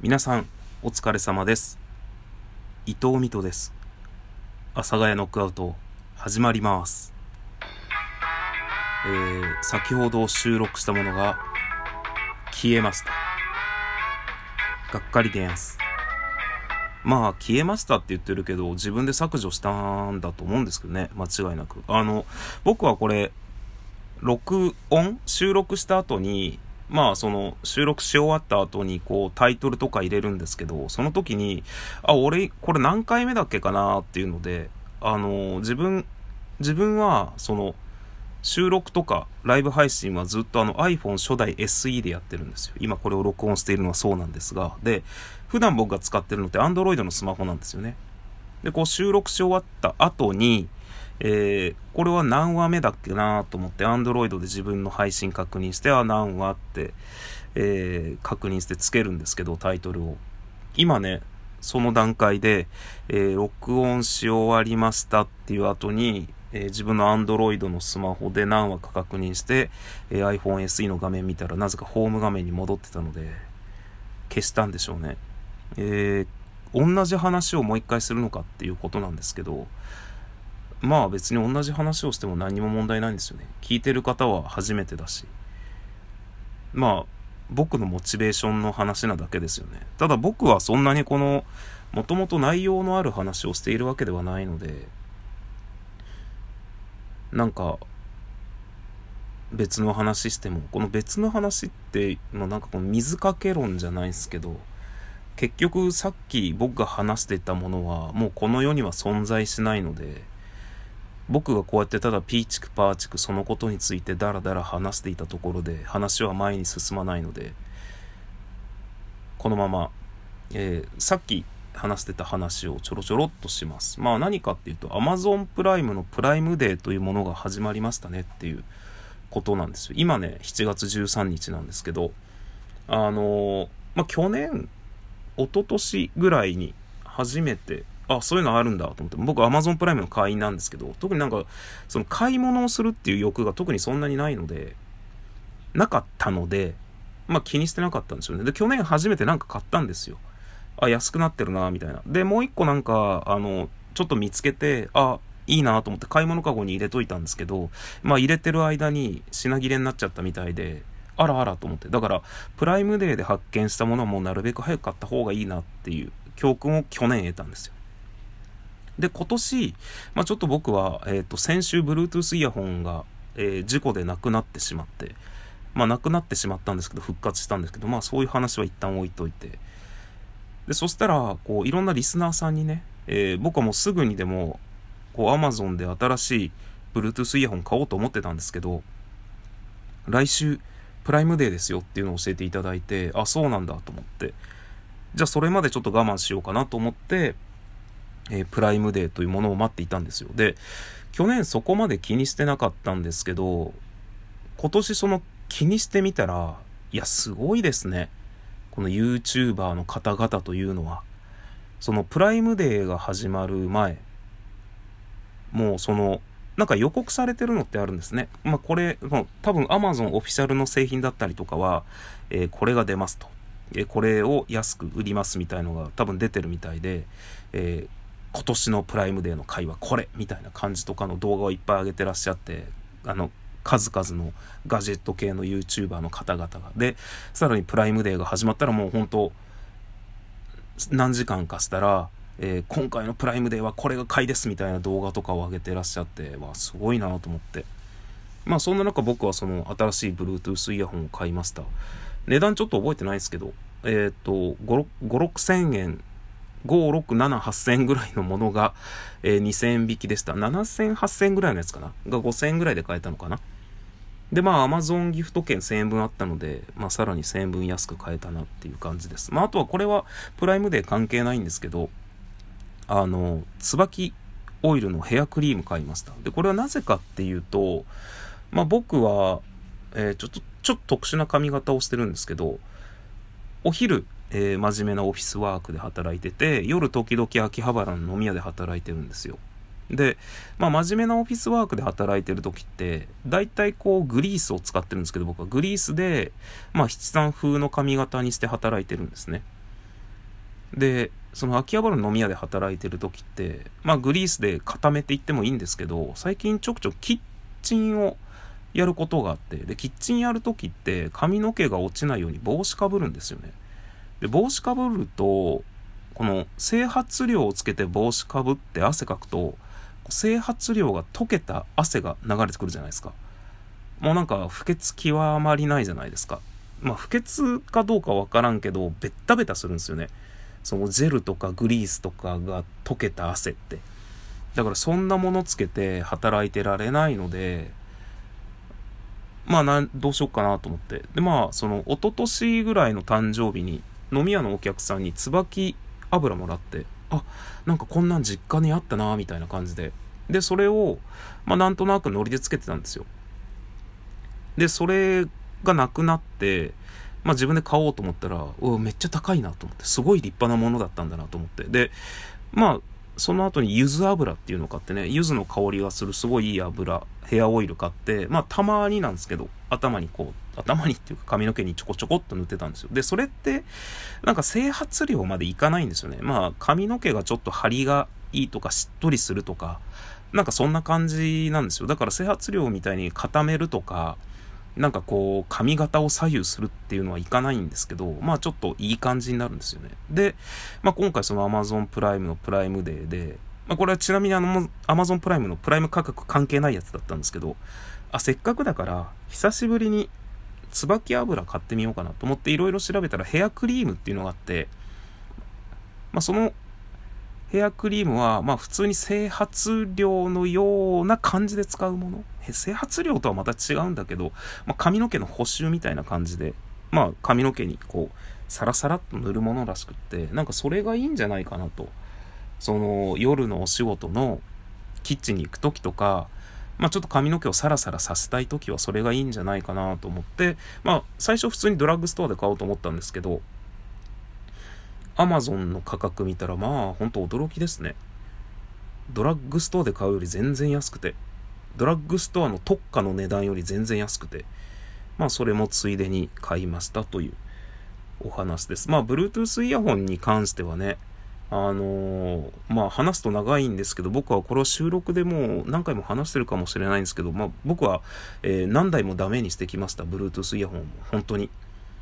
皆さんお疲れ様です。伊藤美斗です。阿佐ヶ谷ノックアウト始まります。先ほど収録したものが消えました。がっかりでやんす。まあ消えましたって言ってるけど自分で削除したんだと思うんですけどね、間違いなく。僕はこれ収録した後にその収録し終わった後にこうタイトルとか入れるんですけど、その時に俺これ何回目だっけかなっていうので、自分はその収録とかライブ配信はずっとiPhone 初代 SE でやってるんですよ。今これを録音しているのはそうなんですが、で普段僕が使ってるのって Android のスマホなんですよね。でこう収録し終わった後にこれは何話目だっけなと思って Android で自分の配信確認して、何話って、確認してつけるんですけど、タイトルを今ねその段階で、録音し終わりましたっていう後に、自分の Android のスマホで何話か確認して、iPhone SE の画面見たらなぜかホーム画面に戻ってたので消したんでしょうね。同じ話をもう一回するのかっていうことなんですけど、別に同じ話をしても何も問題ないんですよね。聞いてる方は初めてだし、僕のモチベーションの話なだけですよね。ただ僕はそんなにもともと内容のある話をしているわけではないので、なんか別の話しても、この別の話ってなんかこの水かけ論じゃないですけど、結局さっき僕が話していたものはもうこの世には存在しないので、僕がこうやってただピーチクパーチクそのことについてダラダラ話していたところで話は前に進まないので、このまま、さっき話してた話をちょろっとします。何かっていうと Amazon プライムのプライムデーというものが始まりましたねっていうことなんですよ。今ね7月13日なんですけど、去年一昨年ぐらいに初めてそういうのあるんだと思って、僕 Amazon プライムの会員なんですけど、特にその買い物をするっていう欲が特にそんなになかったので、気にしてなかったんですよね。で去年初めて買ったんですよ。安くなってるなみたいな。でもう一個ちょっと見つけていいなと思って買い物カゴに入れといたんですけど、入れてる間に品切れになっちゃったみたいで、あらと思って、だからプライムデーで発見したものはもうなるべく早く買った方がいいなっていう教訓を去年得たんですよ。で今年、ちょっと僕は、先週 Bluetooth イヤホンが、事故でなくなってしまって、なくなってしまったんですけど復活したんですけど、そういう話は一旦置いといて、でそしたらいろんなリスナーさんにね、僕はもうすぐにでもAmazon で新しい Bluetooth イヤホン買おうと思ってたんですけど、来週プライムデーですよっていうのを教えていただいて、そうなんだと思って、じゃあそれまでちょっと我慢しようかなと思って、プライムデーというものを待っていたんですよ。で去年そこまで気にしてなかったんですけど、今年その気にしてみたら、すごいですね、この YouTuber の方々というのは。そのプライムデーが始まる前、もう予告されてるのってあるんですね。これ多分 Amazon オフィシャルの製品だったりとかは、これが出ますと、これを安く売りますみたいのが多分出てるみたいで、今年のプライムデーの回はこれみたいな感じとかの動画をいっぱい上げてらっしゃって、数々のガジェット系の YouTuber の方々が。でさらにプライムデーが始まったらもう本当何時間かしたら、今回のプライムデーはこれが買いですみたいな動画とかを上げてらっしゃって、すごいなと思って、そんな中僕はその新しい Bluetooth イヤホンを買いました。値段ちょっと覚えてないですけど、5,6,000円5、6、7、8000円ぐらいのものが、2000円引きでした。7000、8000円ぐらいのやつかなが5000円ぐらいで買えたのかな。でAmazon ギフト券1000円分あったので、さらに1000円分安く買えたなっていう感じです。あとはこれはプライムデー関係ないんですけど、椿オイルのヘアクリーム買いました。でこれはなぜかっていうと、僕は、ちょっと特殊な髪型をしてるんですけど、お昼真面目なオフィスワークで働いてて、夜時々秋葉原の飲み屋で働いてるんですよ。で、真面目なオフィスワークで働いてる時ってだいたいグリースを使ってるんですけど、僕はグリースで七三風の髪型にして働いてるんですね。 で、その秋葉原の飲み屋で働いてる時って、グリースで固めていってもいいんですけど、最近ちょくちょくキッチンをやることがあって、で、キッチンやる時って髪の毛が落ちないように帽子かぶるんですよね。で、帽子かぶると、この整髪料をつけて帽子かぶって汗かくと、整髪料が溶けた汗が流れてくるじゃないですか。もうなんか不潔極まりないじゃないですか。不潔かどうかわからんけど、ベッタベタするんですよね。そのジェルとかグリースとかが溶けた汗って。だからそんなものつけて働いてられないので、どうしようかなと思って。で、その、一昨年ぐらいの誕生日に、飲み屋のお客さんに椿油もらって、なんかこんなん実家にあったなみたいな感じで。で、それを、なんとなくノリでつけてたんですよ。で、それがなくなって、自分で買おうと思ったら、めっちゃ高いなと思って、すごい立派なものだったんだなと思って。で、その後に柚子油っていうのを買ってね、柚子の香りがするすごいいい油、ヘアオイル買って、たまになんですけど、頭にっていうか髪の毛にちょこちょこっと塗ってたんですよ。で、それって、なんか整髪量までいかないんですよね。髪の毛がちょっと張りがいいとか、しっとりするとか、なんかそんな感じなんですよ。だから整髪量みたいに固めるとか、なんかこう髪型を左右するっていうのはいかないんですけど、ちょっといい感じになるんですよね。で、今回その Amazon プライムのプライムデーで、これはちなみにAmazon プライムのプライム価格関係ないやつだったんですけど、せっかくだから久しぶりに椿油買ってみようかなと思っていろいろ調べたらヘアクリームっていうのがあって、そのヘアクリームは普通に整髪料のような感じで使うもの。整髪料とはまた違うんだけど、髪の毛の補修みたいな感じで、髪の毛にこうサラサラっと塗るものらしくって、なんかそれがいいんじゃないかなと。その夜のお仕事のキッチンに行く時とか、ちょっと髪の毛をサラサラさせたい時はそれがいいんじゃないかなと思って、最初普通にドラッグストアで買おうと思ったんですけど、アマゾンの価格見たら本当驚きですね。ドラッグストアで買うより全然安くて、ドラッグストアの特価の値段より全然安くて、それもついでに買いましたというお話です。Bluetooth イヤホンに関してはね、話すと長いんですけど、僕はこれは収録でもう何回も話してるかもしれないんですけど、僕は、何台もダメにしてきました。Bluetooth イヤホンも本当に。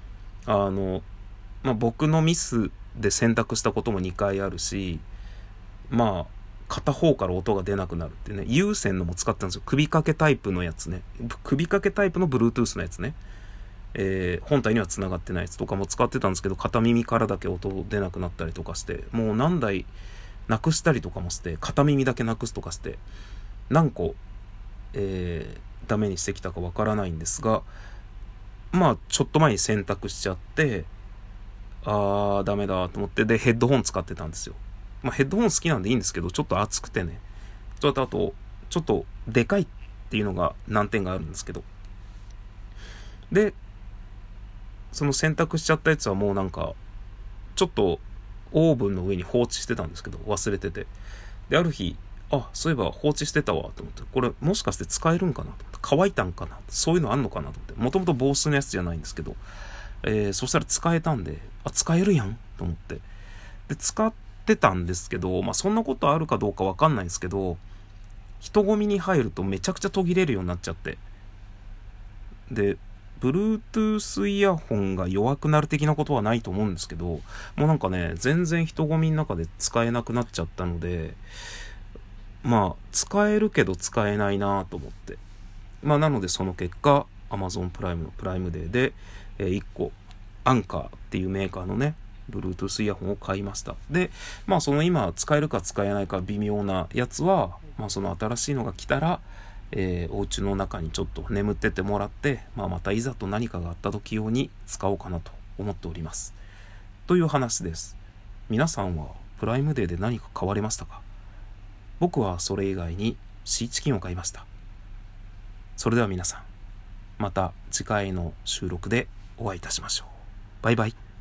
僕のミスで選択したことも2回あるし、片方から音が出なくなるってね、有線のも使ったんですよ。首掛けタイプのやつね。首掛けタイプの Bluetooth のやつね。本体には繋がってないやつとかも使ってたんですけど、片耳からだけ音出なくなったりとかして、もう何台なくしたりとかもして、片耳だけなくすとかして、何個、ダメにしてきたかわからないんですが、ちょっと前に選択しちゃって、ダメだと思って、で、ヘッドホン使ってたんですよ。ヘッドホン好きなんでいいんですけど、ちょっと熱くてね。あと、ちょっとでかいっていうのが難点があるんですけど。で、その選択しちゃったやつはもうなんか、ちょっとオーブンの上に放置してたんですけど、忘れてて。で、ある日、そういえば放置してたわと思って、これもしかして使えるんかなと思って、乾いたんかな、そういうのあんのかなと思って、もともと防水のやつじゃないんですけど、そしたら使えたんで、使えるやんと思って。で、使ってたんですけど、そんなことあるかどうかわかんないんですけど、人混みに入るとめちゃくちゃ途切れるようになっちゃって。で、Bluetooth イヤホンが弱くなる的なことはないと思うんですけど、もうなんかね、全然人混みの中で使えなくなっちゃったので、使えるけど使えないなと思って。なのでその結果、Amazon プライムのプライムデーで、1個、アンカーっていうメーカーのね、Bluetooth イヤホンを買いました。で、その今使えるか使えないか微妙なやつは、その新しいのが来たら、お家の中にちょっと眠っててもらって、またいざと何かがあった時用に使おうかなと思っております。という話です。皆さんはプライムデーで何か買われましたか？僕はそれ以外にシーチキンを買いました。それでは皆さん、また次回の収録でお会いいたしましょう。バイバイ。